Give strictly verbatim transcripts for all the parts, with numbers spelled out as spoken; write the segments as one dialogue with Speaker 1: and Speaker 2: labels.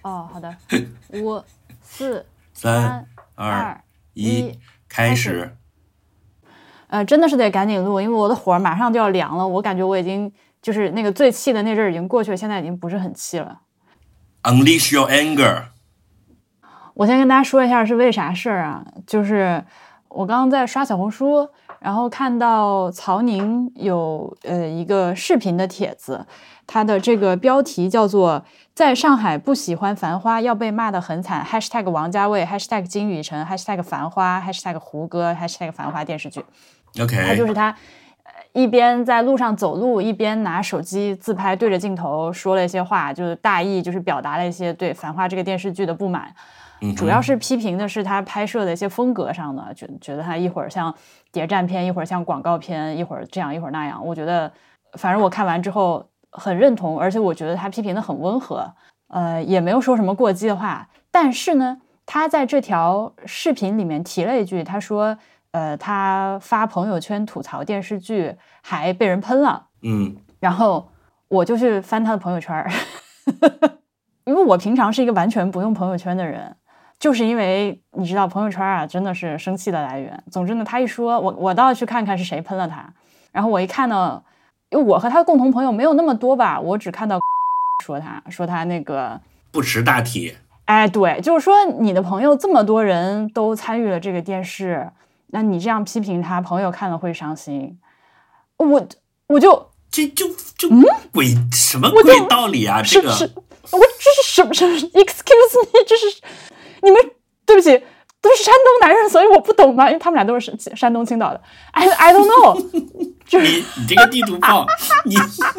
Speaker 1: 哦，好的，五、四、
Speaker 2: 三、二、一，开始。
Speaker 1: 呃，真的是得赶紧录，因为我的火马上就要凉了。我感觉我已经就是那个最气的那阵儿已经过去了，现在已经不是很气了。
Speaker 2: Unleash your anger。
Speaker 1: 我先跟大家说一下是为啥事儿啊？就是我刚刚在刷小红书，然后看到曹宁有呃一个视频的帖子，它的这个标题叫做在上海不喜欢繁花要被骂得很惨 hashtag 王家卫 hashtag 金宇澄 hashtag 繁花 hashtag 胡歌 hashtag 繁花电视剧。
Speaker 2: OK，
Speaker 1: 他就是他一边在路上走路一边拿手机自拍对着镜头说了一些话，就是大意就是表达了一些对繁花这个电视剧的不满，主要是批评的是他拍摄的一些风格上的，觉觉得他一会儿像谍战片，一会儿像广告片，一会儿这样一会儿那样。我觉得反正我看完之后很认同，而且我觉得他批评的很温和，呃，也没有说什么过激的话。但是呢，他在这条视频里面提了一句，他说呃，他发朋友圈吐槽电视剧还被人喷了。
Speaker 2: 嗯，
Speaker 1: 然后我就去翻他的朋友圈因为我平常是一个完全不用朋友圈的人，就是因为你知道朋友圈啊真的是生气的来源。总之呢，他一说我我倒要去看看是谁喷了他。然后我一看呢，因为我和他的共同朋友没有那么多吧，我只看到说他说他那个
Speaker 2: 不识大体。
Speaker 1: 哎，对，就是说你的朋友这么多人都参与了这个电视，那你这样批评他，朋友看了会伤心。我我就
Speaker 2: 这就就鬼、嗯、什么鬼道理啊？这个
Speaker 1: 是是我这是什么什么 ？Excuse me， 这是你们对不起，都是山东男人，所以我不懂嘛，因为他们俩都是山东青岛的。I I don't know 就是。
Speaker 2: 你你这个地图炮，你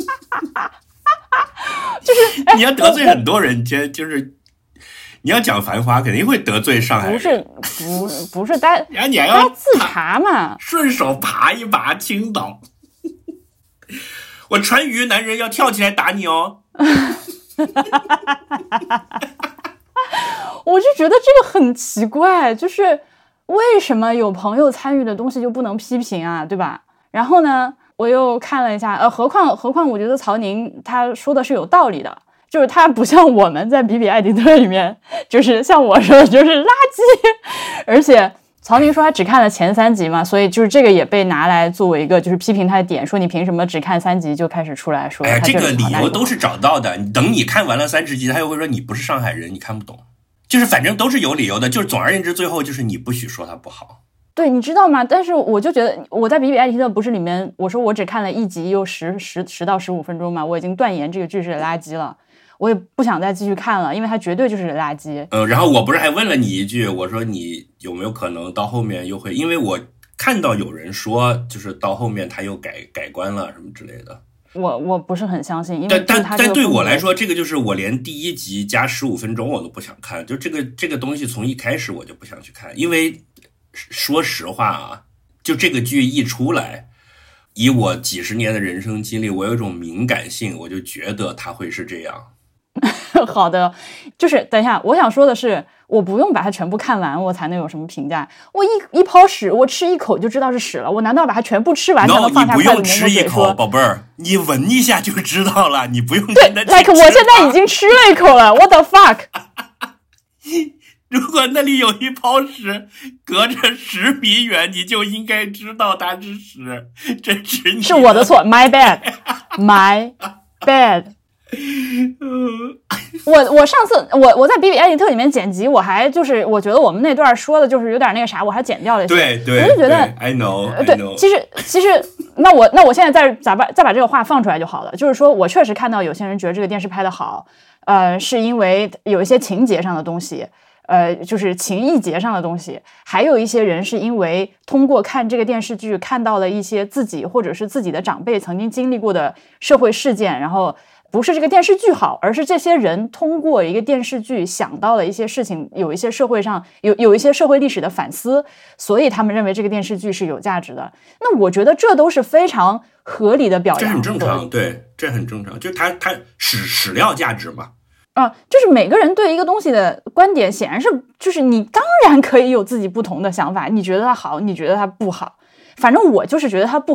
Speaker 1: 就是
Speaker 2: 你要得罪很多人，就就是你要讲繁花，肯定会得罪上海人。
Speaker 1: 不是不不是，大
Speaker 2: 家你还要
Speaker 1: 自查嘛，
Speaker 2: 顺手爬一爬青岛。我川渝男人要跳起来打你哦。
Speaker 1: 我就觉得这个很奇怪，就是为什么有朋友参与的东西就不能批评啊，对吧？然后呢，我又看了一下，呃，何况何况，我觉得曹宁他说的是有道理的，就是他不像我们在比比艾迪特里面，就是像我说的就是垃圾，而且曹宁说他只看了前三集嘛，所以就是这个也被拿来作为一个就是批评他的点，说你凭什么只看三集就开始出来说？
Speaker 2: 哎，这个理由都是找到的。等你看完了三十集，他又会说你不是上海人，你看不懂。就是反正都是有理由的，就是总而言之，最后就是你不许说他不好。
Speaker 1: 对，你知道吗？但是我就觉得我在比比艾迪特不是里面，我说我只看了一集，又十十十到十五分钟嘛，我已经断言这个剧是垃圾了。我也不想再继续看了，因为它绝对就是垃圾。
Speaker 2: 呃，然后我不是还问了你一句，我说你有没有可能到后面又会，因为我看到有人说，就是到后面他又改改观了什么之类的。
Speaker 1: 我我不是很相信，因为
Speaker 2: 但但但对我来说，这个就是我连第一集加十五分钟我都不想看，就这个这个东西从一开始我就不想去看，因为说实话啊，就这个剧一出来，以我几十年的人生经历，我有一种敏感性，我就觉得它会是这样。
Speaker 1: 好的，就是等一下，我想说的是，我不用把它全部看完，我才能有什么评价。我一一泡屎，我吃一口就知道是屎了，我难道把它全部吃完才能放下筷子？
Speaker 2: No， 你不用吃一口，宝贝儿，你闻一下就知道了，你不用真的。
Speaker 1: 对 ，like 我现在已经吃了一口了 ，What the fuck？
Speaker 2: 如果那里有一泡屎，隔着十米远，你就应该知道它是屎，这是你
Speaker 1: 是我的错 ，my bad，my bad。我我上次我我在比比艾迪特里面剪辑，我还就是我觉得我们那段说的就是有点那个啥，我还剪掉了一些。
Speaker 2: 对对，
Speaker 1: 我就觉得
Speaker 2: I know， I know
Speaker 1: 对，其实其实那我那我现在再咋把再把这个话放出来就好了。就是说我确实看到有些人觉得这个电视拍得好，呃，是因为有一些情节上的东西，呃，就是情意节上的东西，还有一些人是因为通过看这个电视剧看到了一些自己或者是自己的长辈曾经经历过的社会事件，然后。不是这个电视剧好，而是这些人通过一个电视剧想到了一些事情，有一些社会上有有一些社会历史的反思，所以他们认为这个电视剧是有价值的。那我觉得这都是非常合理的表扬，
Speaker 2: 这很正常，对，这很正常，就是它它史史料价值嘛。
Speaker 1: 啊，就是每个人对一个东西的观点，显然是就是你当然可以有自己不同的想法，你觉得它好，你觉得它不好，反正我就是觉得它不好。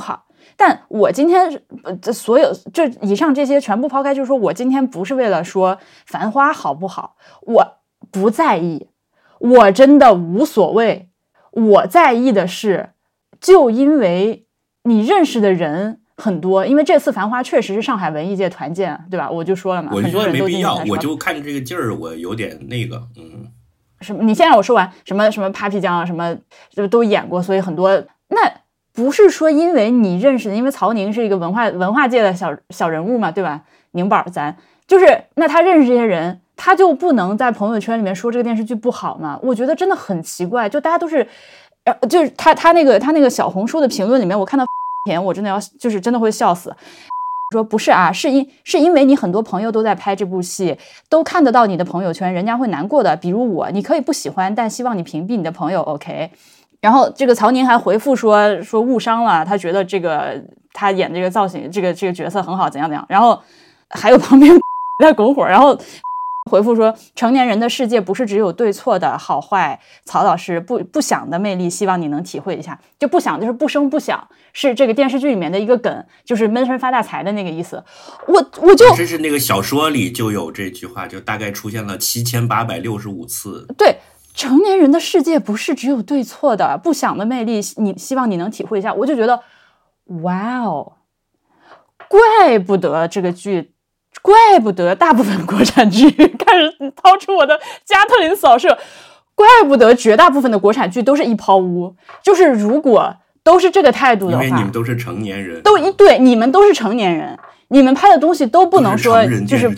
Speaker 1: 但我今天呃所有这以上这些全部抛开，就是说我今天不是为了说《繁花》好不好，我不在意，我真的无所谓。我在意的是，就因为你认识的人很多，因为这次《繁花》确实是上海文艺界团建，对吧？我就说了嘛，
Speaker 2: 我就觉得没必要，
Speaker 1: 我
Speaker 2: 就看这个劲儿，我有点那个，嗯。
Speaker 1: 什么？你先让我说完，什么什么 Papi 酱啊，什么就都演过，所以很多那不是说因为你认识的，因为曹宁是一个文化文化界的小小人物嘛，对吧？宁宝咱就是那他认识这些人。他就不能在朋友圈里面说这个电视剧不好吗？我觉得真的很奇怪，就大家都是，呃，就是他他那个他那个小红书的评论里面，我看到片，我真的要就是真的会笑死。说不是啊，是因是因为你很多朋友都在拍这部戏，都看得到你的朋友圈，人家会难过的。比如我，你可以不喜欢，但希望你屏蔽你的朋友 ，OK。然后这个曹宁还回复说说误伤了，他觉得这个他演这个造型这个这个角色很好，怎样怎样。然后还有旁边在拱火，然后。回复说成年人的世界不是只有对错的好坏，曹老师不不想的魅力希望你能体会一下，就不想就是不声不响，是这个电视剧里面的一个梗，就是闷声发大财的那个意思。我我就
Speaker 2: 这是那个小说里就有这句话，就大概出现了七千八百六十五次。
Speaker 1: 对，成年人的世界不是只有对错的，不想的魅力你希望你能体会一下。我就觉得哇哦，怪不得这个剧怪不得大部分国产剧开始掏出我的加特林扫射，怪不得绝大部分的国产剧都是一抛污。就是如果都是这个态度的话，
Speaker 2: 因为你们都是成年人，
Speaker 1: 都一对，你们都是成年人，你们拍的东西都不能说就是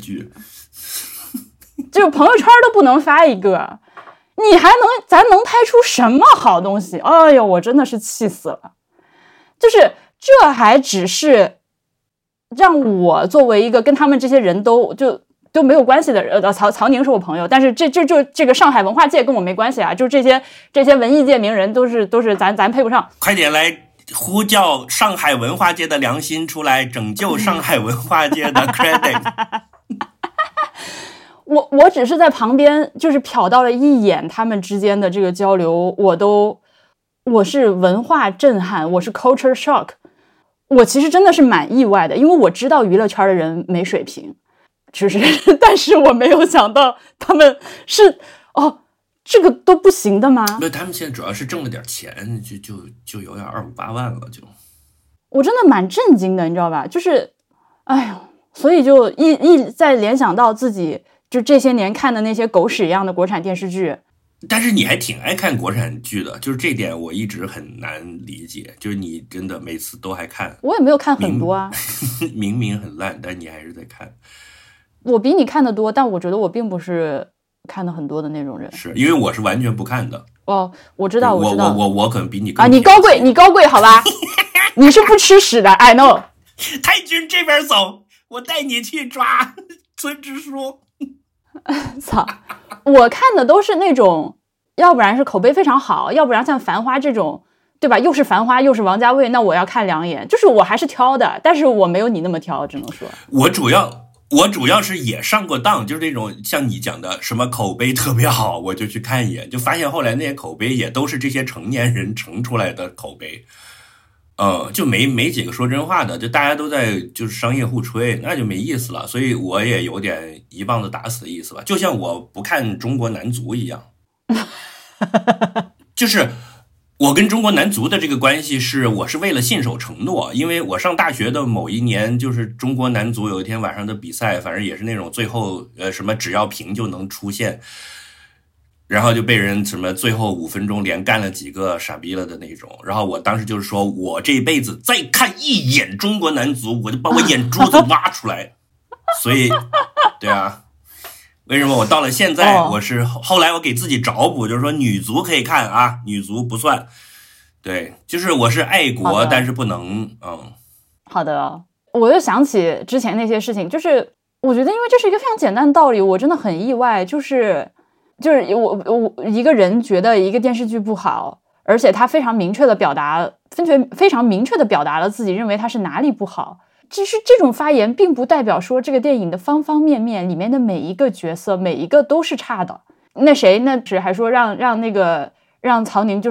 Speaker 1: 就是朋友圈都不能发一个，你还能咱能拍出什么好东西？哎呦，我真的是气死了！就是这还只是。让我作为一个跟他们这些人都就都没有关系的人，呃，曹曹宁是我朋友，但是这这就这个上海文化界跟我没关系啊，就这些这些文艺界名人都是都是咱咱配不上。
Speaker 2: 快点来呼叫上海文化界的良心出来拯救上海文化界的 credit。
Speaker 1: 我我只是在旁边就是瞟到了一眼他们之间的这个交流，我都我是文化震撼，我是 culture shock。我其实真的是蛮意外的，因为我知道娱乐圈的人没水平，就是但是我没有想到他们是哦，这个都不行的吗？
Speaker 2: 那他们现在主要是挣了点钱，就就就有点二五八万了，就
Speaker 1: 我真的蛮震惊的，你知道吧？就是哎呦，所以就一一再联想到自己就这些年看的那些狗屎一样的国产电视剧。
Speaker 2: 但是你还挺爱看国产剧的，就是这点我一直很难理解，就是你真的每次都还看。
Speaker 1: 我也没有看很多啊，
Speaker 2: 明明很烂，但你还是在看。
Speaker 1: 我比你看的多，但我觉得我并不是看的很多的那种人，
Speaker 2: 是因为我是完全不看的。
Speaker 1: 哦，我知道，
Speaker 2: 我
Speaker 1: 知道，
Speaker 2: 我我我可能比你更
Speaker 1: 啊，你高贵，你高贵，好吧？你是不吃屎的 ，I know。
Speaker 2: 太君这边走，我带你去抓村支书。
Speaker 1: 操！我看的都是那种，要不然是口碑非常好，要不然像《繁花》这种，对吧？又是《繁花》又是王家卫，那我要看两眼。就是我还是挑的，但是我没有你那么挑，只能说。
Speaker 2: 我主要我主要是也上过当，就是那种像你讲的什么口碑特别好，我就去看一眼，就发现后来那些口碑也都是这些成年人成出来的口碑。呃，就没没几个说真话的，就大家都在就是商业互吹，那就没意思了。所以我也有点一棒子打死的意思吧，就像我不看中国男足一样。就是我跟中国男足的这个关系是，我是为了信守承诺，因为我上大学的某一年，就是中国男足有一天晚上的比赛，反正也是那种最后呃什么只要平就能出现。然后就被人什么最后五分钟连干了几个傻逼了的那种，然后我当时就是说，我这辈子再看一眼中国男足，我就把我眼珠子挖出来。所以，对啊，为什么我到了现在，我是后来我给自己找补，就是说女足可以看啊，女足不算。对，就是我是爱国，但是不能，嗯。
Speaker 1: 好的，我就想起之前那些事情，就是我觉得，因为这是一个非常简单的道理，我真的很意外，就是。就是我我一个人觉得一个电视剧不好，而且他非常明确的表达，分确非常明确的表达了自己认为他是哪里不好。只是这种发言并不代表说这个电影的方方面面里面的每一个角色每一个都是差的。那谁那只还说让让那个让曹宁就是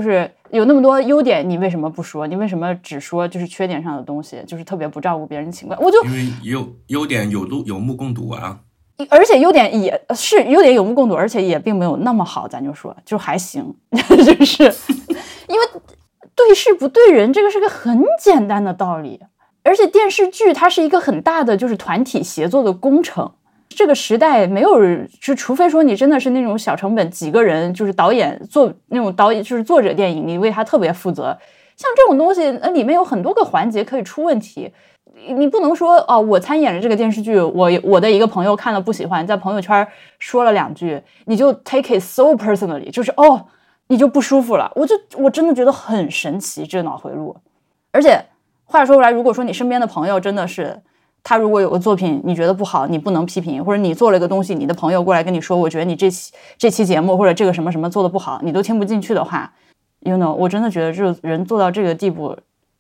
Speaker 1: 有那么多优点，你为什么不说？你为什么只说就是缺点上的东西，就是特别不照顾别人情况？我就
Speaker 2: 因为优优点有路有目共睹啊。
Speaker 1: 而且优点也是优点有目共睹，而且也并没有那么好，咱就说就还行，就是因为对事不对人，这个是个很简单的道理。而且电视剧它是一个很大的就是团体协作的工程，这个时代没有，就除非说你真的是那种小成本几个人，就是导演做那种导演就是作者电影，你为他特别负责。像这种东西，呃，里面有很多个环节可以出问题。你不能说哦，我参演了这个电视剧，我我的一个朋友看了不喜欢，在朋友圈说了两句，你就 take it so personally， 就是哦，你就不舒服了。我就我真的觉得很神奇这脑回路。而且话说回来，如果说你身边的朋友真的是他如果有个作品你觉得不好，你不能批评，或者你做了一个东西，你的朋友过来跟你说，我觉得你这期这期节目或者这个什么什么做的不好，你都听不进去的话 ，you know， 我真的觉得这人做到这个地步。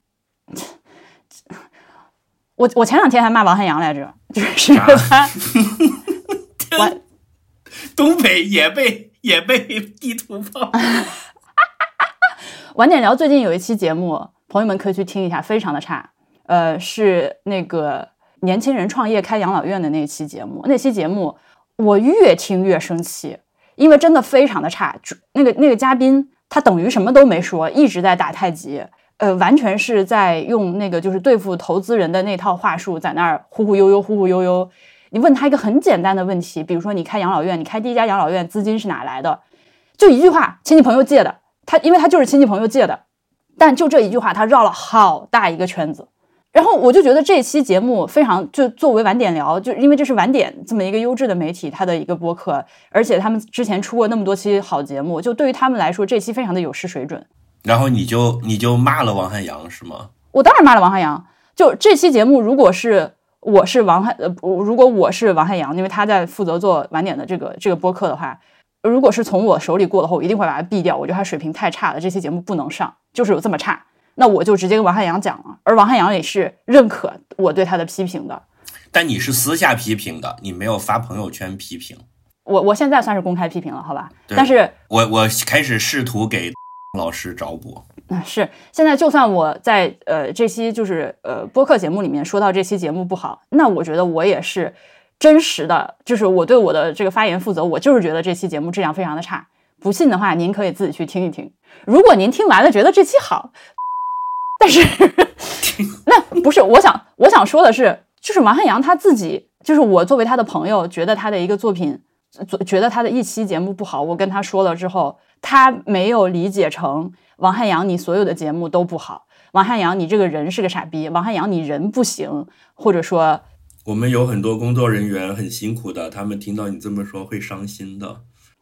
Speaker 1: 我我前两天还骂王汉阳来着，就是他，
Speaker 2: 完，东北也被也被地图炮。
Speaker 1: 晚点聊最近有一期节目，朋友们可以去听一下，非常的差。呃，是那个年轻人创业开养老院的那期节目，那期节目我越听越生气，因为真的非常的差。那个那个嘉宾他等于什么都没说，一直在打太极。呃，完全是在用那个就是对付投资人的那套话术，在那儿忽忽悠悠忽忽悠悠。你问他一个很简单的问题，比如说你开养老院，你开第一家养老院资金是哪来的？就一句话，亲戚朋友借的。他因为他就是亲戚朋友借的，但就这一句话，他绕了好大一个圈子。然后我就觉得这期节目非常，就作为晚点聊，就因为这是晚点这么一个优质的媒体，他的一个播客，而且他们之前出过那么多期好节目，就对于他们来说，这期非常的有失水准。
Speaker 2: 然后你就你就骂了王汉阳是吗？
Speaker 1: 我当然骂了王汉阳。就这期节目，如果是我是王汉呃，如果我是王汉阳，因为他在负责做晚点的这个这个播客的话，如果是从我手里过的话，我一定会把它毙掉。我觉得他水平太差了，这期节目不能上，就是有这么差。那我就直接跟王汉阳讲了，而王汉阳也是认可我对他的批评的。
Speaker 2: 但你是私下批评的，你没有发朋友圈批评。
Speaker 1: 我我现在算是公开批评了，好吧？但是
Speaker 2: 我我开始试图给老师找补。
Speaker 1: 是现在就算我在呃这期就是呃播客节目里面说到这期节目不好，那我觉得我也是真实的，就是我对我的这个发言负责，我就是觉得这期节目质量非常的差。不信的话，您可以自己去听一听。如果您听完了觉得这期好，但是那不是我想我想说的是，就是王汉阳他自己，就是我作为他的朋友，觉得他的一个作品，觉得他的一期节目不好，我跟他说了之后，他没有理解成王汉阳你所有的节目都不好，王汉阳你这个人是个傻逼，王汉阳你人不行，或者说
Speaker 2: 我们有很多工作人员很辛苦的，他们听到你这么说会伤心的。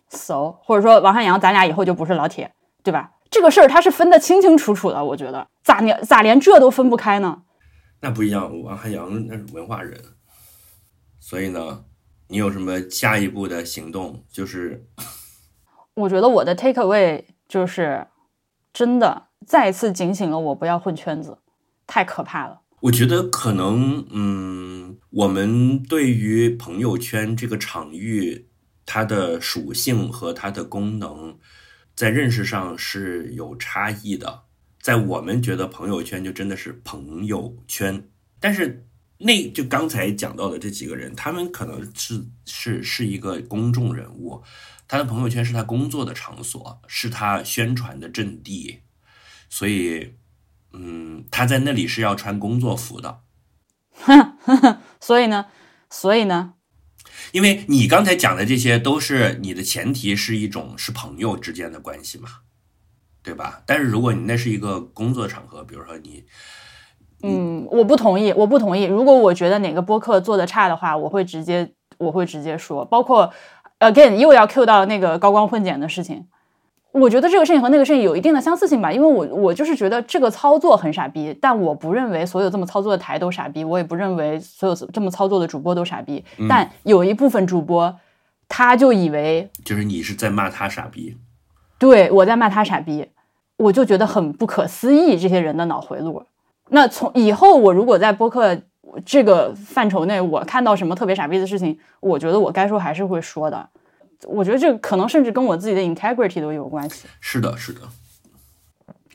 Speaker 1: so 或者说王汉阳咱俩以后就不是老铁，对吧？这个事儿他是分得清清楚楚的，我觉得咋咋连这都分不开呢？
Speaker 2: 那不一样，王汉阳那是文化人，所以呢，你有什么下一步的行动？就是
Speaker 1: 我觉得我的 take away 就是真的再一次警醒了我不要混圈子，太可怕了。
Speaker 2: 我觉得可能嗯，我们对于朋友圈这个场域它的属性和它的功能在认识上是有差异的。在我们觉得朋友圈就真的是朋友圈，但是那就刚才讲到的这几个人，他们可能是是是一个公众人物，他的朋友圈是他工作的场所，是他宣传的阵地，所以嗯，他在那里是要穿工作服的。
Speaker 1: 所以呢所以呢
Speaker 2: 因为你刚才讲的这些都是你的前提是一种是朋友之间的关系嘛，对吧？但是如果你那是一个工作场合，比如说你
Speaker 1: 嗯，我不同意，我不同意。如果我觉得哪个播客做的差的话，我会直接我会直接说，包括 again 又要 cue 到那个高光混剪的事情。我觉得这个事情和那个事情有一定的相似性吧，因为我我就是觉得这个操作很傻逼，但我不认为所有这么操作的台都傻逼，我也不认为所有这么操作的主播都傻逼，嗯、但有一部分主播他就以为
Speaker 2: 就是你是在骂他傻逼，
Speaker 1: 对，我在骂他傻逼，我就觉得很不可思议这些人的脑回路。那从以后我如果在播客这个范畴内我看到什么特别傻逼的事情，我觉得我该说还是会说的。我觉得这可能甚至跟我自己的 integrity 都有关系。
Speaker 2: 是的是的，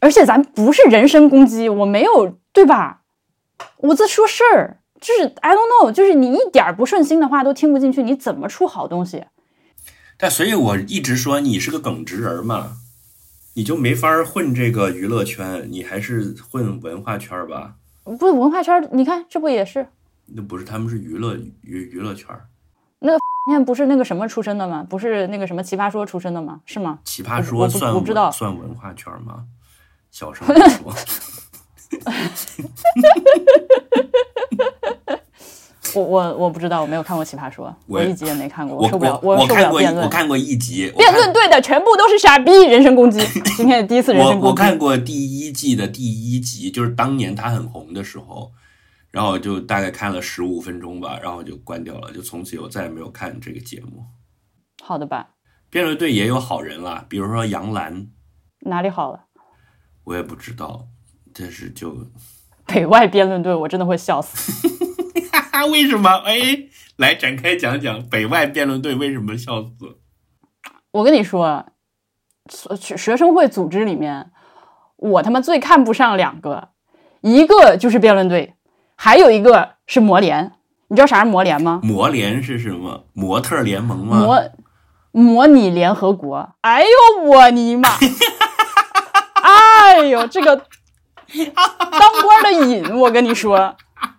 Speaker 1: 而且咱不是人身攻击，我没有，对吧？我在说事儿，就是 I don't know， 就是你一点不顺心的话都听不进去，你怎么出好东西？
Speaker 2: 但所以我一直说你是个耿直人嘛，你就没法混这个娱乐圈，你还是混文化圈吧。
Speaker 1: 不，文化圈，你看这不也是？
Speaker 2: 那不是，他们是娱乐娱娱乐圈。
Speaker 1: 那个你看不是那个什么出身的吗？不是那个什么奇葩说出身的吗？是吗？
Speaker 2: 奇葩说算我
Speaker 1: 我不知道
Speaker 2: 算文化圈吗？小声地说。
Speaker 1: 我我我不知道，我没有看过奇葩说，我一集也没看过，
Speaker 2: 我
Speaker 1: 受不了，
Speaker 2: 我
Speaker 1: 受不了辩论。
Speaker 2: 我看过一集，
Speaker 1: 辩论队的全部都是傻逼，人身攻击。今天第一次人身攻击。
Speaker 2: 我我看过第一季的第一集，就是当年他很红的时候，然后我就大概看了十五分钟吧，然后就关掉了，就从此以后再也没有看这个节目。
Speaker 1: 好的吧？
Speaker 2: 辩论队也有好人了，比如说杨澜。
Speaker 1: 哪里好了？
Speaker 2: 我也不知道，但是就
Speaker 1: 北外辩论队，我真的会笑死。
Speaker 2: 为什么？哎，来展开讲讲北外辩论队为什么笑死。
Speaker 1: 我跟你说，学生会组织里面，我他妈最看不上两个，一个就是辩论队，还有一个是模联。你知道啥是模联吗？
Speaker 2: 模联是什么？模特联盟吗？
Speaker 1: 模模拟联合国。哎呦我尼玛！哎呦，这个当官的瘾，我跟你说。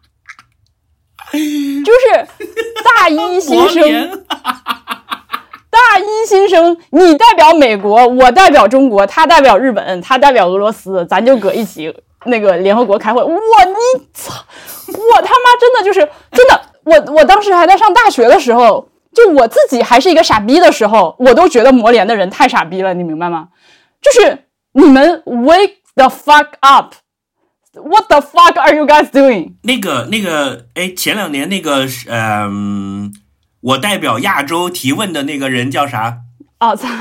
Speaker 1: 就是大一新生，大一新生，你代表美国，我代表中国，他代表日本，他代表俄罗斯，咱就搁一起那个联合国开会。我你操！我他妈真的就是真的，我我当时还在上大学的时候，就我自己还是一个傻逼的时候，我都觉得模联的人太傻逼了，你明白吗？就是你们 wake the fuck up。What the fuck are you guys doing？
Speaker 2: 那个那个，哎，前两年那个，嗯、呃，我代表亚洲提问的那个人叫啥？
Speaker 1: 哦，操！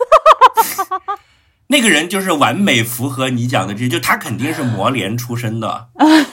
Speaker 2: 那个人就是完美符合你讲的这，就他肯定是模联出身的。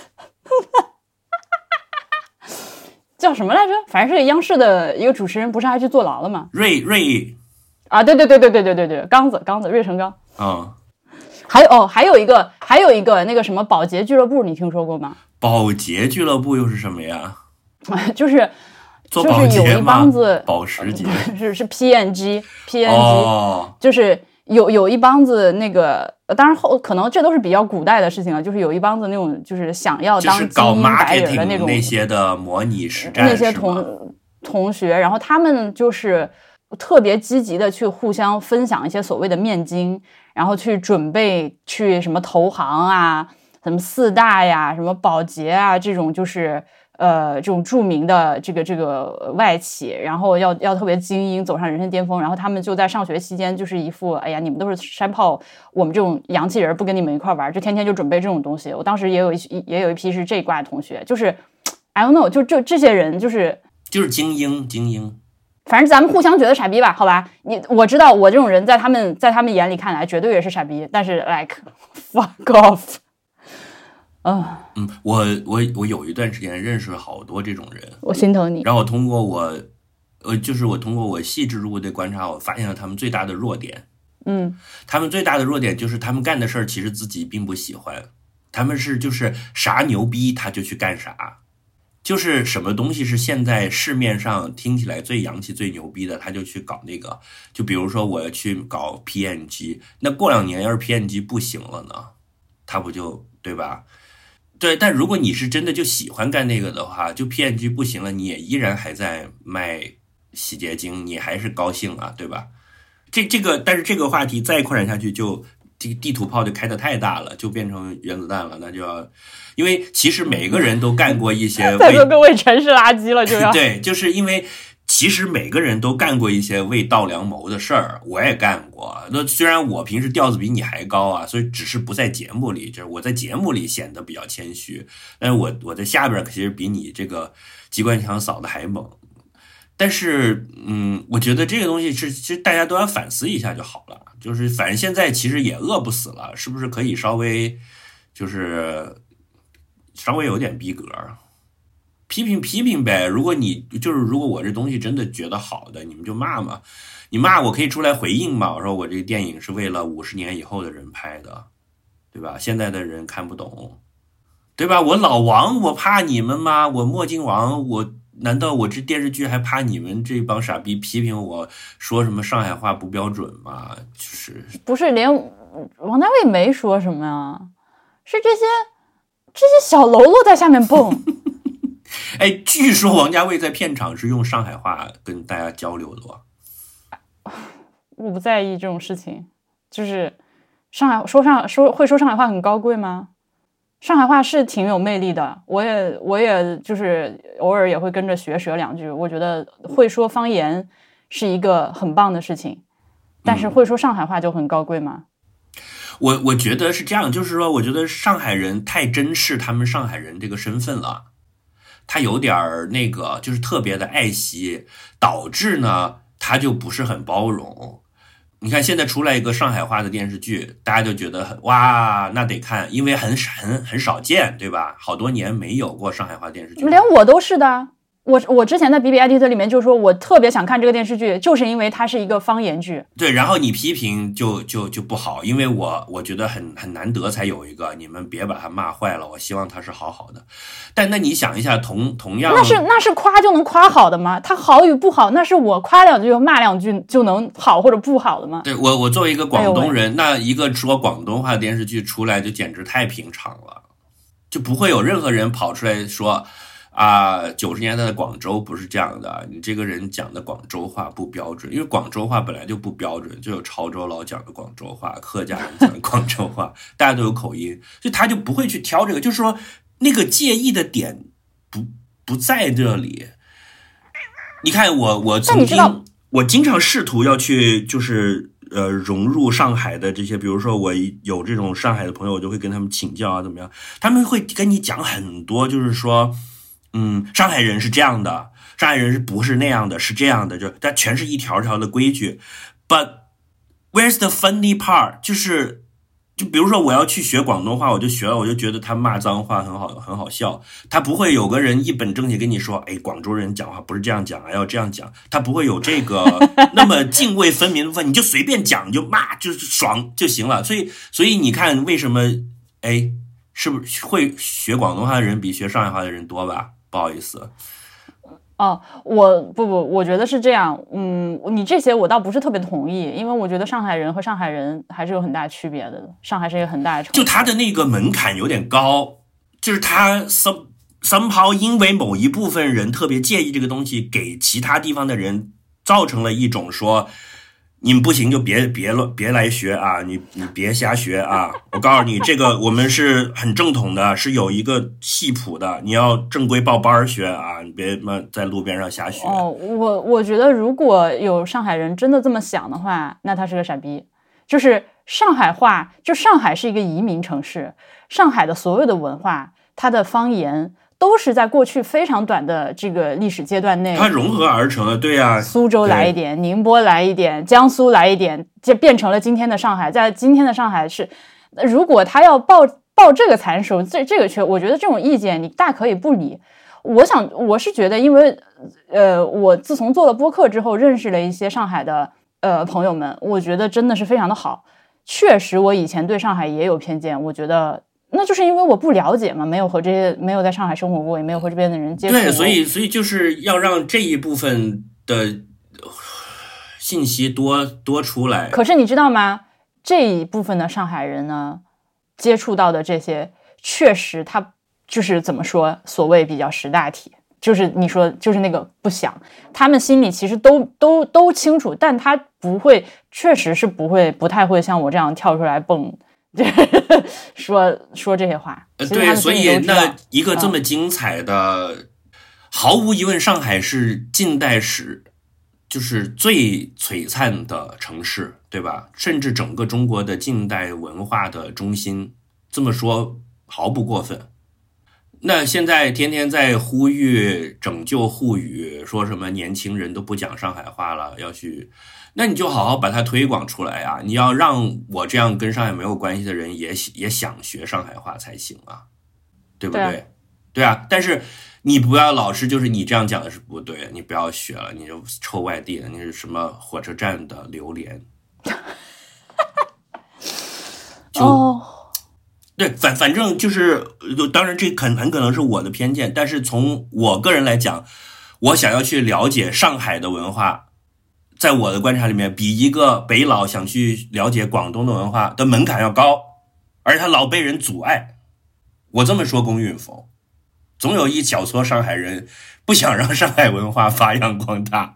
Speaker 1: 叫什么来着？反正是央视的一个主持人，不是还去坐牢了吗？
Speaker 2: 瑞瑞
Speaker 1: 啊，对对对对对对对对，刚子刚子芮成钢。
Speaker 2: 嗯。
Speaker 1: 还有哦，还有一个，还有一个那个什么保洁俱乐部，你听说过吗？
Speaker 2: 保洁俱乐部又是什么呀？
Speaker 1: 就是
Speaker 2: 做保洁吗？
Speaker 1: 就是有一帮子
Speaker 2: 保时捷
Speaker 1: 是是 P N G P N G，、
Speaker 2: 哦、
Speaker 1: 就是有有一帮子那个，当然后可能这都是比较古代的事情了，就是有一帮子那种就是想要当精英白领的那种、
Speaker 2: 就是、那些的模拟实战
Speaker 1: 那些同同学，然后他们就是特别积极的去互相分享一些所谓的面经。然后去准备去什么投行啊，什么四大呀，什么保洁啊，这种就是呃这种著名的这个这个外企，然后要要特别精英，走上人生巅峰。然后他们就在上学期间就是一副哎呀你们都是山炮，我们这种洋气人不跟你们一块玩，就天天就准备这种东西。我当时也有一也有一批是这一挂的同学，就是 I don't know， 就这这些人就是
Speaker 2: 就是精英精英。
Speaker 1: 反正咱们互相觉得傻逼吧，好吧？你我知道我这种人在他们在他们眼里看来绝对也是傻逼，但是 like fuck off。嗯
Speaker 2: 嗯，我我我有一段时间认识了好多这种人，
Speaker 1: 我心疼你。
Speaker 2: 然后我通过我呃就是我通过我细致入微的观察，我发现了他们最大的弱点。
Speaker 1: 嗯，
Speaker 2: 他们最大的弱点就是他们干的事儿其实自己并不喜欢，他们是就是啥牛逼他就去干啥。就是什么东西是现在市面上听起来最洋气最牛逼的，他就去搞那个。就比如说我要去搞 P N G， 那过两年要是 P N G 不行了呢，他不就对吧？对，但如果你是真的就喜欢干那个的话，就 P N G 不行了，你也依然还在卖洗洁精，你还是高兴啊，对吧？这这个，但是这个话题再扩展下去就。这个地图炮就开得太大了，就变成原子弹了，那就要，因为其实每个人都干过一些
Speaker 1: 在座各位全是垃圾了，就要
Speaker 2: 对，就是因为其实每个人都干过一些为道良谋的事儿，我也干过。那虽然我平时调子比你还高啊，所以只是不在节目里，就是我在节目里显得比较谦虚，但是我我在下边其实比你这个机关枪扫的还猛。但是，嗯，我觉得这个东西是，其实大家都要反思一下就好了。就是反正现在其实也饿不死了，是不是可以稍微，就是稍微有点逼格，批评批评呗。如果你就是如果我这东西真的觉得好的，你们就骂嘛。你骂我可以出来回应嘛。我说我这个电影是为了五十年以后的人拍的， 对吧？现在的人看不懂，对吧？我老王我怕你们吗？我墨镜王我难道我这电视剧还怕你们这帮傻逼批评我说什么上海话不标准吗？就是
Speaker 1: 不是连王家卫没说什么呀，是这些这些小喽啰在下面蹦。
Speaker 2: 哎，据说王家卫在片场是用上海话跟大家交流的吧？
Speaker 1: 我不在意这种事情，就是上海说上说会说上海话很高贵吗？上海话是挺有魅力的，我也我也就是偶尔也会跟着学学两句。我觉得会说方言是一个很棒的事情，但是会说上海话就很高贵吗？
Speaker 2: 我我觉得是这样，就是说，我觉得上海人太珍视他们上海人这个身份了，他有点儿那个，就是特别的爱惜，导致呢，他就不是很包容。你看现在出来一个上海话的电视剧，大家就觉得很哇，那得看，因为很很很少见，对吧？好多年没有过上海话电视剧，
Speaker 1: 连我都是的。我我之前在 B B Edit 里面就说，我特别想看这个电视剧，就是因为它是一个方言剧。
Speaker 2: 对，然后你批评就就就不好，因为我我觉得很很难得才有一个，你们别把它骂坏了，我希望它是好好的。但那你想一下，同同样
Speaker 1: 那是那是夸就能夸好的吗？它好与不好，那是我夸两句骂两句就能好或者不好的吗？
Speaker 2: 对，我我作为一个广东人，哎、那一个说广东话的电视剧出来就简直太平常了，就不会有任何人跑出来说。啊，九十年代的广州不是这样的，你这个人讲的广州话不标准，因为广州话本来就不标准，就有潮州佬讲的广州话，客家人讲的广州话，大家都有口音，所以他就不会去挑这个，就是说那个介意的点不不在这里。你看我我曾经我经常试图要去就是呃融入上海的这些，比如说我有这种上海的朋友，我就会跟他们请教啊怎么样，他们会跟你讲很多，就是说。嗯，上海人是这样的，上海人是不是那样的，是这样的，就它全是一条条的规矩。But where's the funny part？ 就是，就比如说我要去学广东话，我就学了，我就觉得他骂脏话很好，很好笑。他不会有个人一本正经跟你说，哎，广州人讲话不是这样讲啊，要这样讲。他不会有这个那么泾渭分明的部分，你就随便讲，就骂，就是爽就行了。所以，所以你看，为什么哎，是不是会学广东话的人比学上海话的人多吧？不好意思，
Speaker 1: 哦，我不不，我觉得是这样。嗯，你这些我倒不是特别同意，因为我觉得上海人和上海人还是有很大区别的。上海是一个很大的城市，
Speaker 2: 就他的那个门槛有点高，就是他 some somehow 因为某一部分人特别介意这个东西，给其他地方的人造成了一种说。你们不行就别别了，别来学啊！你你别瞎学啊！我告诉你，这个我们是很正统的，是有一个系谱的，你要正规报班学啊！你别嘛在路边上瞎学。
Speaker 1: 哦，我我觉得如果有上海人真的这么想的话，那他是个傻逼。就是上海话，就上海是一个移民城市，上海的所有的文化，它的方言。都是在过去非常短的这个历史阶段内，
Speaker 2: 它融合而成的，对呀、啊。
Speaker 1: 苏州来一点，宁波来一点，江苏来一点，就变成了今天的上海。在今天的上海是，如果他要报报这个参数，这这个缺，我觉得这种意见你大可以不理。我想，我是觉得，因为呃，我自从做了播客之后，认识了一些上海的呃朋友们，我觉得真的是非常的好。确实，我以前对上海也有偏见，我觉得。那就是因为我不了解嘛，没有和这些没有在上海生活过，也没有和这边的人接触过。
Speaker 2: 对，所以所以就是要让这一部分的信息多多出来。
Speaker 1: 可是你知道吗？这一部分的上海人呢，接触到的这些，确实他就是怎么说，所谓比较识大体，就是你说就是那个不想，他们心里其实都都都清楚，但他不会，确实是不会，不太会像我这样跳出来蹦。说说这些话，
Speaker 2: 对，所以那一个这么精彩的，嗯、毫无疑问，上海是近代史就是最璀璨的城市，对吧？甚至整个中国的近代文化的中心，这么说毫不过分。那现在天天在呼吁拯救沪语，说什么年轻人都不讲上海话了，要去。那你就好好把它推广出来啊！你要让我这样跟上海没有关系的人也也想学上海话才行啊，对不对？对啊，对啊，但是你不要老是就是你这样讲的是不对，你不要学了，你就臭外地的，你是什么火车站的榴莲？就、
Speaker 1: 哦、
Speaker 2: 对，反反正就是，当然这很很可能是我的偏见，但是从我个人来讲，我想要去了解上海的文化，在我的观察里面，比一个北佬想去了解广东的文化的门槛要高，而他老被人阻碍。我这么说公允否？总有一小撮上海人不想让上海文化发扬光大。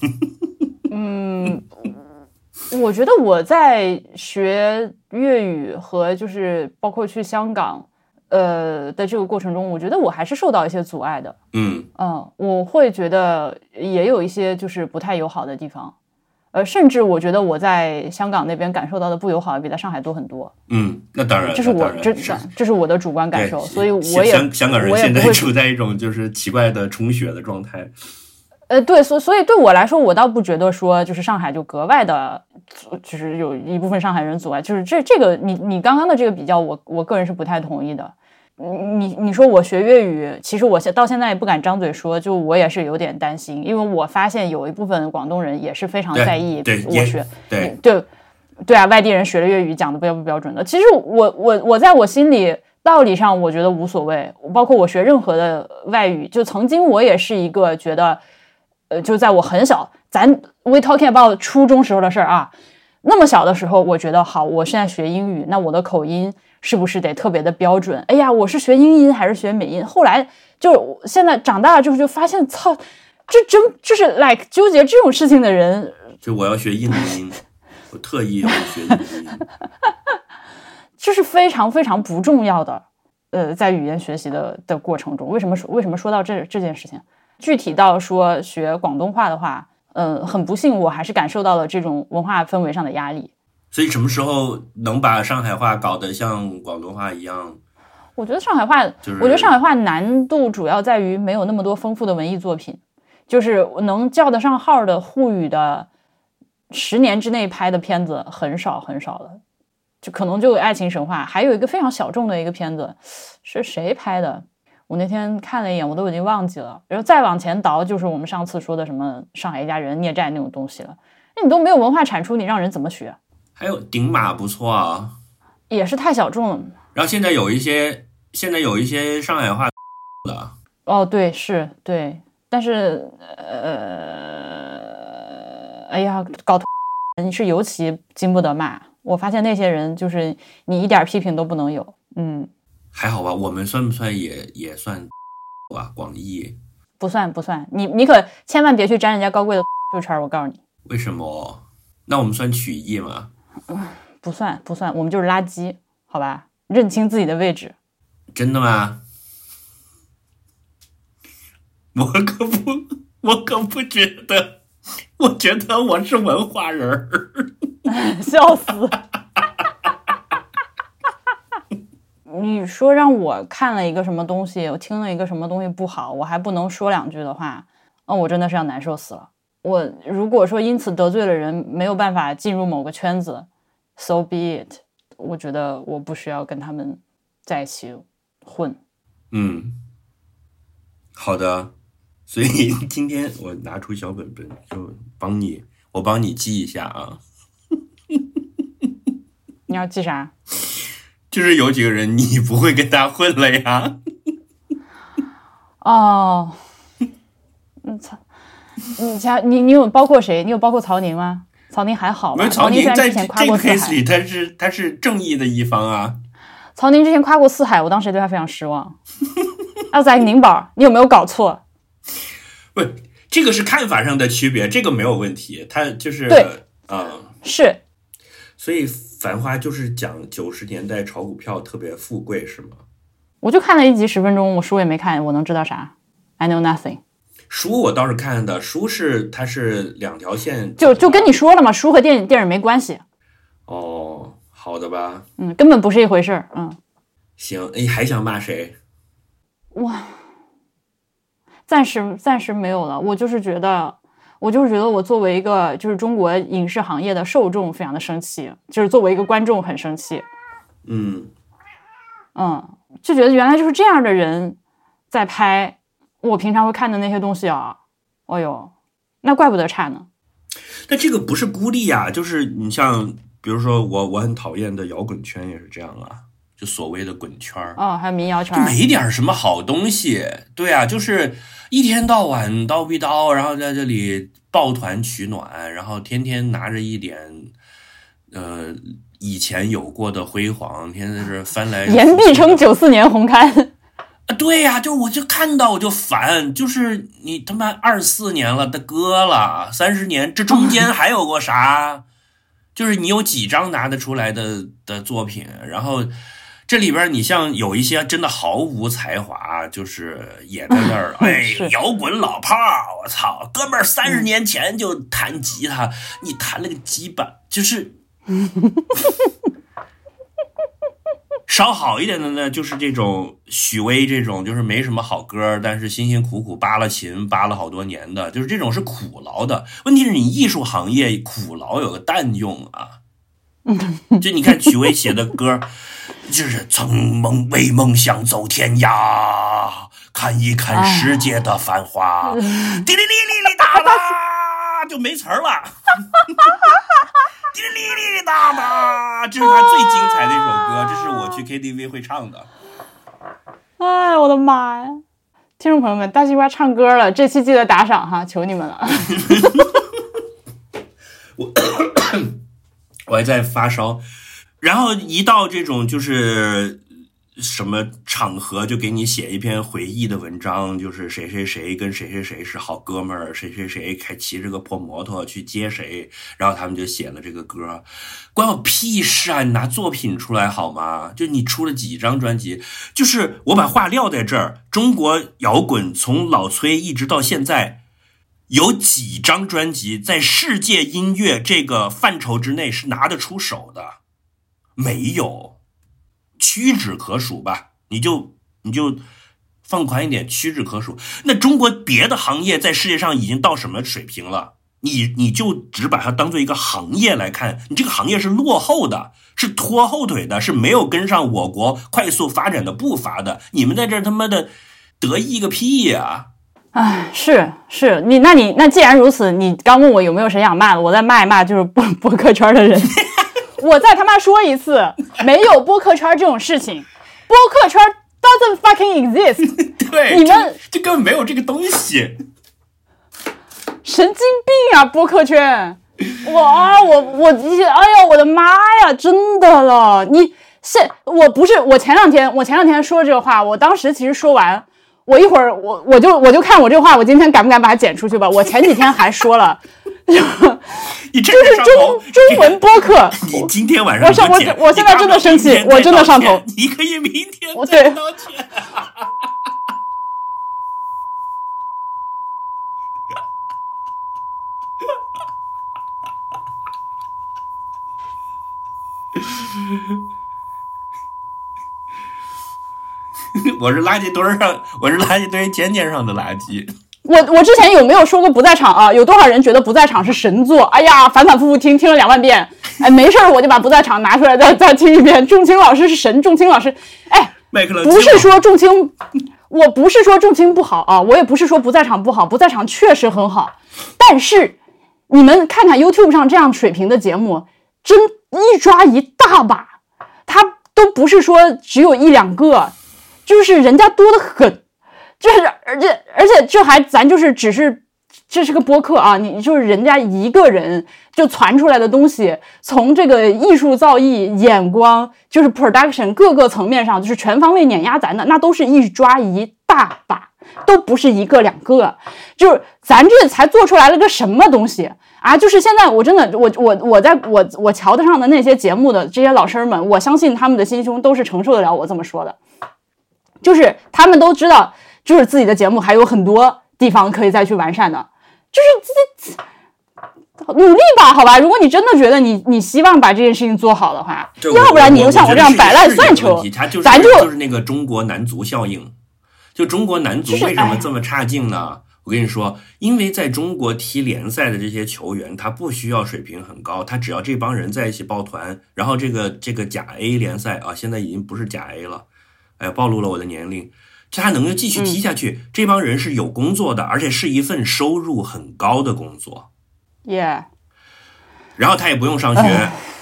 Speaker 1: 嗯。我觉得我在学粤语和就是包括去香港呃的这个过程中，我觉得我还是受到一些阻碍的。
Speaker 2: 嗯
Speaker 1: 嗯，我会觉得也有一些就是不太友好的地方，呃，甚至我觉得我在香港那边感受到的不友好比在上海多很多。
Speaker 2: 嗯，那当然，
Speaker 1: 这是我这这是我的主观感受，所以我也
Speaker 2: 香香港人现在处在一种就是奇怪的充血的状态。
Speaker 1: 呃，对，所所以对我来说，我倒不觉得说就是上海就格外的，就是有一部分上海人阻碍，就是这这个你你刚刚的这个比较，我我个人是不太同意的。你你说我学粤语，其实我到现在也不敢张嘴说，就我也是有点担心，因为我发现有一部分广东人也是非常在意我学，
Speaker 2: 对
Speaker 1: 对对啊，外地人学了粤语讲的标不标准的。其实我我我在我心里道理上我觉得无所谓，包括我学任何的外语，就曾经我也是一个觉得。呃，就在我很小，咱 we talking about 初中时候的事儿啊。那么小的时候，我觉得好，我现在学英语，那我的口音是不是得特别的标准？哎呀，我是学英音还是学美音？后来就现在长大了之后就发现，操，这真就是 like 纠结这种事情的人，
Speaker 2: 就我要学印度音，我特意要学印度音，
Speaker 1: 这是非常非常不重要的。呃，在语言学习的的过程中，为什么说为什么说到这这件事情？具体到说学广东话的话，呃，很不幸，我还是感受到了这种文化氛围上的压力。
Speaker 2: 所以什么时候能把上海话搞得像广东话一样？
Speaker 1: 我觉得上海话，
Speaker 2: 就是、
Speaker 1: 我觉得上海话难度主要在于没有那么多丰富的文艺作品，就是能叫得上号的沪语的，十年之内拍的片子很少很少了，就可能就《爱情神话》，还有一个非常小众的一个片子，是谁拍的？我那天看了一眼，我都已经忘记了。然后再往前倒，就是我们上次说的什么上海一家人、孽债那种东西了。那你都没有文化产出，你让人怎么学？
Speaker 2: 还有顶马不错啊，
Speaker 1: 也是太小众了。
Speaker 2: 然后现在有一些，现在有一些上海话的。
Speaker 1: 哦，对，是对，但是呃，哎呀，搞头人是尤其经不得骂。我发现那些人就是你一点批评都不能有，嗯。
Speaker 2: 还好吧，我们算不算也也算吧？广义
Speaker 1: 不算不算，你你可千万别去沾人家高贵的这圈，我告诉你。
Speaker 2: 为什么？那我们算曲艺吗？
Speaker 1: 不算不算，我们就是垃圾，好吧？认清自己的位置。
Speaker 2: 真的吗？我可不，我可不觉得，我觉得我是文化人儿，
Speaker 1: 笑死。你说让我看了一个什么东西，我听了一个什么东西不好，我还不能说两句的话，那、哦、我真的是要难受死了。我如果说因此得罪了人，没有办法进入某个圈子 ，so be it。我觉得我不需要跟他们在一起混。
Speaker 2: 嗯，好的。所以今天我拿出小本本，就帮你，我帮你记一下啊。
Speaker 1: 你要记啥？
Speaker 2: 就是有几个人你不会跟他混了呀。
Speaker 1: 哦，嗯，曹，你家你你有包括谁？你有包括曹宁吗？曹宁还好吧？
Speaker 2: 曹宁
Speaker 1: 在这个
Speaker 2: case 里他是他是正义的一方啊。
Speaker 1: 曹宁之前夸过四海，我当时也对他非常失望。阿仔宁宝，你有没有搞错？
Speaker 2: 不，这个是看法上的区别，这个没有问题。他就是
Speaker 1: 对，
Speaker 2: 嗯，
Speaker 1: 是。
Speaker 2: 所以繁花就是讲九十年代炒股票特别富贵是吗？
Speaker 1: 我就看了一集十分钟，我书也没看，我能知道啥 ？I know nothing。
Speaker 2: 书我倒是看的，书是它是两条线，
Speaker 1: 就就跟你说了嘛，书和电影电影没关系。
Speaker 2: 哦，好的吧，
Speaker 1: 嗯，根本不是一回事儿。嗯，
Speaker 2: 行，你还想骂谁？
Speaker 1: 哇，暂时暂时没有了。我就是觉得，我就是觉得我作为一个就是中国影视行业的受众，非常的生气，就是作为一个观众很生气。
Speaker 2: 嗯
Speaker 1: 嗯，就觉得原来就是这样的人在拍我平常会看的那些东西啊。哎呦，那怪不得差呢。
Speaker 2: 但这个不是孤立啊，就是你像比如说我我很讨厌的摇滚圈也是这样啊， 就所谓的滚圈儿
Speaker 1: 哦，还有民谣圈，
Speaker 2: 没点什么好东西。对啊，就是一天到晚叨逼叨，然后在这里抱团取暖，然后天天拿着一点呃以前有过的辉煌，天天是翻来
Speaker 1: 言必称九四年红刊。
Speaker 2: 啊，对呀、啊，就我就看到我就烦，就是你他妈二四年了的歌了，三十年，这中间还有过啥？就是你有几张拿得出来的的作品，然后这里边你像有一些真的毫无才华，就是也在那儿，哎，摇滚老炮儿，我操，哥们儿三十年前就弹吉他，嗯、你弹了个鸡巴，就是。稍好一点的呢，就是这种许巍这种，就是没什么好歌，但是辛辛苦苦扒了琴，扒了好多年的，就是这种是苦劳的。问题是你艺术行业苦劳有个蛋用啊！就你看许巍写的歌，就是曾梦为梦想走天涯，看一看世界的繁华，滴哩哩哩哩哒啦，就没词儿了。滴哩哩哩哒哒，这是他最精彩的一首歌，这是我去 K T V 会唱的。
Speaker 1: 哎，我的妈呀！听众朋友们，大西瓜唱歌了，这期记得打赏哈，求你们了。
Speaker 2: 我我还在发烧，然后一到这种就是什么场合，就给你写一篇回忆的文章，就是谁谁谁跟谁谁谁是好哥们儿，谁谁谁还骑着个破摩托去接谁，然后他们就写了这个歌，关我屁事啊！你拿作品出来好吗？就你出了几张专辑，就是我把话撂在这儿，中国摇滚从老崔一直到现在，有几张专辑在世界音乐这个范畴之内是拿得出手的？没有。屈指可数吧，你就你就放宽一点，屈指可数。那中国别的行业在世界上已经到什么水平了？你你就只把它当做一个行业来看，你这个行业是落后的，是拖后腿的，是没有跟上我国快速发展的步伐的。你们在这他妈的得意个屁呀！
Speaker 1: 哎，是是，你那你那既然如此，你刚问我有没有谁想骂的，我再骂一骂就是播播客圈的人。我再他妈说一次，没有播客圈这种事情，播客圈 doesn't fucking exist。
Speaker 2: 对，
Speaker 1: 你们
Speaker 2: 这根本没有这个东西，
Speaker 1: 神经病啊！播客圈，我啊，我我，哎呀，我的妈呀，真的了！你现我不是我前两天我前两天说这个话，我当时其实说完，我一会儿我我就我就看我这个话，我今天敢不敢把它剪出去吧？我前几天还说了。
Speaker 2: 你这
Speaker 1: 就是中中文播客，
Speaker 2: 你今天晚上
Speaker 1: 我上我我现在真的生气，我真的上头。
Speaker 2: 你可以明天
Speaker 1: 再
Speaker 2: 道歉。我是垃圾堆上，我是垃圾堆尖尖上的垃圾。
Speaker 1: 我我之前有没有说过不在场啊？有多少人觉得不在场是神作？哎呀，反反复复听听了两万遍，哎，没事我就把不在场拿出来再再听一遍。仲青老师是神，仲青老师，哎，不是说仲青，我不是说仲青不好啊，我也不是说不在场不好，不在场确实很好，但是你们看看 YouTube 上这样水平的节目，真一抓一大把，他都不是说只有一两个，就是人家多得很。就是而且而且这还咱就是只是这是个播客啊，你就是人家一个人就传出来的东西，从这个艺术造诣、眼光，就是 production 各个层面上，就是全方位碾压咱的，那都是一抓一大把，都不是一个两个，就是咱这才做出来了个什么东西啊！就是现在我真的我我我在我我瞧得上的那些节目的这些老师们，我相信他们的心胸都是承受得了我这么说的，就是他们都知道。就是自己的节目还有很多地方可以再去完善的，就是努力吧，好吧。如果你真的觉得你你希望把这件事情做好的话，要不然你又像我这样摆烂算球，咱就
Speaker 2: 就是那个中国男足效应。就中国男足为什么这么差劲呢？就是、我跟你说，因为在中国踢联赛的这些球员，他不需要水平很高，他只要这帮人在一起抱团，然后这个这个甲 A 联赛啊，现在已经不是甲 A 了，哎，暴露了我的年龄。他能够继续踢下去、嗯、这帮人是有工作的，而且是一份收入很高的工作。
Speaker 1: 耶、yeah.
Speaker 2: 然后他也不用上学、uh.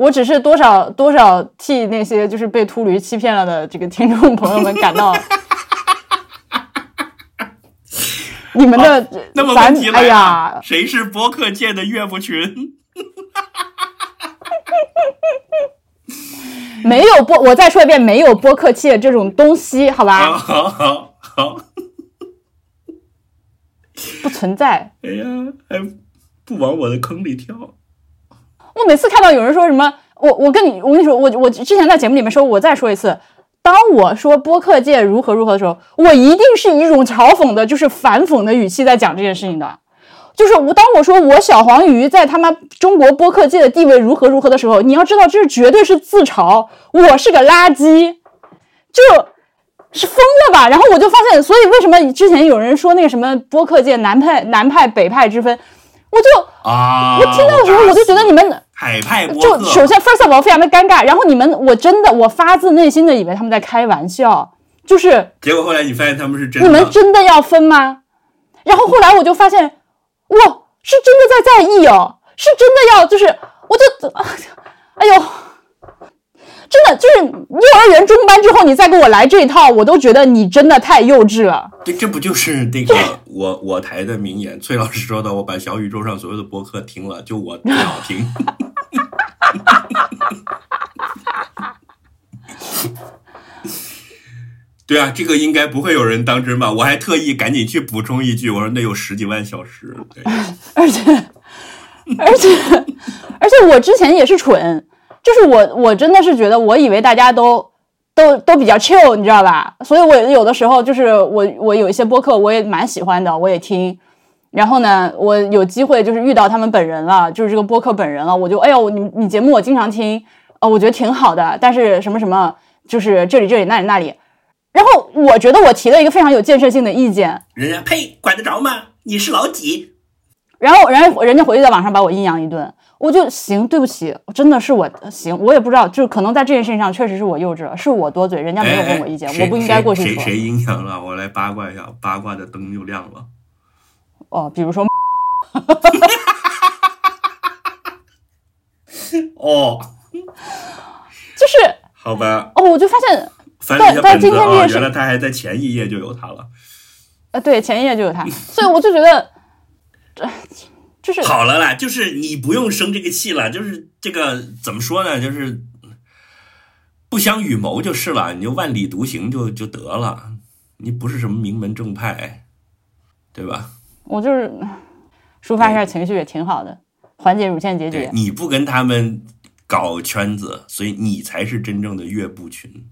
Speaker 1: 我只是多少多少替那些就是被秃驴欺骗了的这个听众朋友们感到你们的、
Speaker 2: 哦、那么问题来了、
Speaker 1: 哎呀，
Speaker 2: 谁是播客界的岳不群？
Speaker 1: 没有播，我再说一遍，没有播客界这种东西，好吧？
Speaker 2: 好好好，
Speaker 1: 不存在。
Speaker 2: 哎呀，还不往我的坑里跳。
Speaker 1: 我每次看到有人说什么，我我跟你我跟你说，我我之前在节目里面说，我再说一次，当我说播客界如何如何的时候，我一定是以一种嘲讽的，就是反讽的语气在讲这件事情的。就是我当我说我小黄鱼在他妈中国播客界的地位如何如何的时候，你要知道这绝对是自嘲，我是个垃圾，就是疯了吧？然后我就发现，所以为什么之前有人说那个什么播客界南派南派北派之分，我就
Speaker 2: 啊，
Speaker 1: 我听到的时候我就觉得你们
Speaker 2: 海派播客，
Speaker 1: 就首先 first of all 非常的尴尬，然后你们我真的我发自内心的以为他们在开玩笑，就是
Speaker 2: 结果后来你发现他们是真的，
Speaker 1: 你们真的要分吗？然后后来我就发现。哇，是真的在在意哦，是真的要，就是我就，哎呦，真的就是幼儿园中班之后，你再给我来这一套，我都觉得你真的太幼稚了。
Speaker 2: 对，这不就是那个我我台的名言？崔老师说的，我把小宇宙上所有的播客听了，就我最好听。对啊，这个应该不会有人当真吧？我还特意赶紧去补充一句，我说那有十几万小时。对，
Speaker 1: 而且，而且，而且我之前也是蠢，就是我我真的是觉得，我以为大家都都都比较 chill， 你知道吧？所以我有的时候就是我我有一些播客我也蛮喜欢的，我也听。然后呢，我有机会就是遇到他们本人了，就是这个播客本人了，我就哎呦，你你节目我经常听，呃，我觉得挺好的，但是什么什么，就是这里这里那里那里。然后我觉得我提了一个非常有建设性的意见，
Speaker 2: 人家呸，管得着吗？你是老几？
Speaker 1: 然后人家人家回去在网上把我阴阳一顿，我就行，对不起，真的是我行，我也不知道，就是可能在这件事情上确实是我幼稚了，是我多嘴，人家没有问我意见，
Speaker 2: 哎、
Speaker 1: 我不应该过去
Speaker 2: 说。谁谁阴阳了？我来八卦一下，八卦的灯就亮了。
Speaker 1: 哦，比如说，
Speaker 2: 哦，
Speaker 1: 就是
Speaker 2: 好吧，
Speaker 1: 哦，我就发现。
Speaker 2: 翻了一下本子啊、哦，
Speaker 1: 原
Speaker 2: 来他还在前一页就有他了。
Speaker 1: 呃，对，前一页就有他，所以我就觉得，这就是
Speaker 2: 好了啦，就是你不用生这个气了，就是这个怎么说呢，就是不相与谋就是了，你就万里独行就就得了，你不是什么名门正派，对吧？
Speaker 1: 我就是抒发一下情绪也挺好的，缓解乳腺结节。
Speaker 2: 你不跟他们搞圈子，所以你才是真正的岳不群。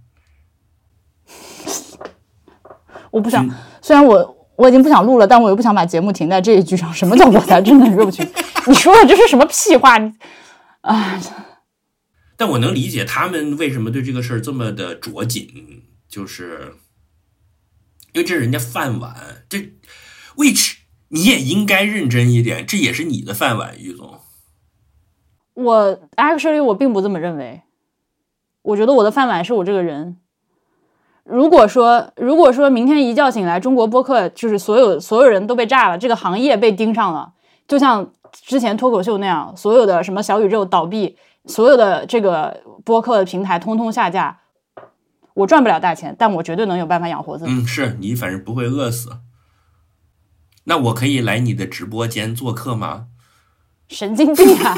Speaker 1: 我不想，嗯、虽然我我已经不想录了，但我又不想把节目停在这一句上。什么叫我才真的岳不群？你说的这是什么屁话？啊！
Speaker 2: 但我能理解他们为什么对这个事儿这么的着紧，就是因为这是人家饭碗，这 which 你也应该认真一点，这也是你的饭碗，于总。
Speaker 1: 我 actually 我并不这么认为，我觉得我的饭碗是我这个人。如果说，如果说明天一觉醒来，中国播客就是所有所有人都被炸了，这个行业被盯上了，就像之前脱口秀那样，所有的什么小宇宙倒闭，所有的这个播客平台通通下架，我赚不了大钱，但我绝对能有办法养活自己。
Speaker 2: 嗯，是你反正不会饿死。那我可以来你的直播间做客吗？
Speaker 1: 神经病啊！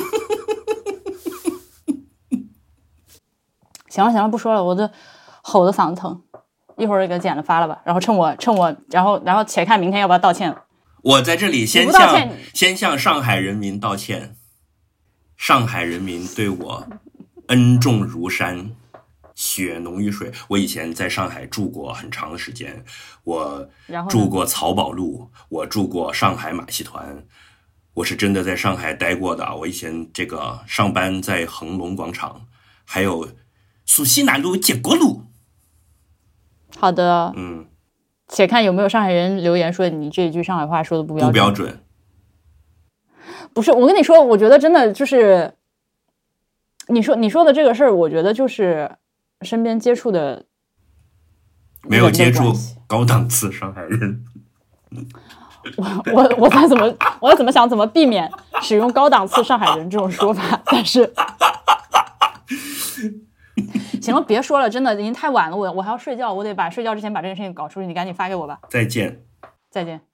Speaker 1: 行了行了，不说了，我的吼的嗓子疼。一会儿给剪了发了吧，然后趁我趁我，然后然后且看明天要不要道歉。
Speaker 2: 我在这里先向先向上海人民道歉，上海人民对我恩重如山，血浓于水。我以前在上海住过很长的时间，我住过漕宝路，我住过上海马戏团，我是真的在上海待过的。我以前这个上班在恒隆广场，还有苏西南路、建国路。
Speaker 1: 好的，
Speaker 2: 嗯，
Speaker 1: 且看有没有上海人留言说你这一句上海话说的不标准。
Speaker 2: 不标准。
Speaker 1: 不是，我跟你说，我觉得真的就是你说你说的这个事儿，我觉得就是身边接触的
Speaker 2: 没有接触高档次上海人。
Speaker 1: 我我我在怎么我要怎么想怎么避免使用高档次上海人这种说法，但是行了，别说了，真的已经太晚了，我我还要睡觉，我得把睡觉之前把这件事情搞出去，你赶紧发给我吧。
Speaker 2: 再见，
Speaker 1: 再见。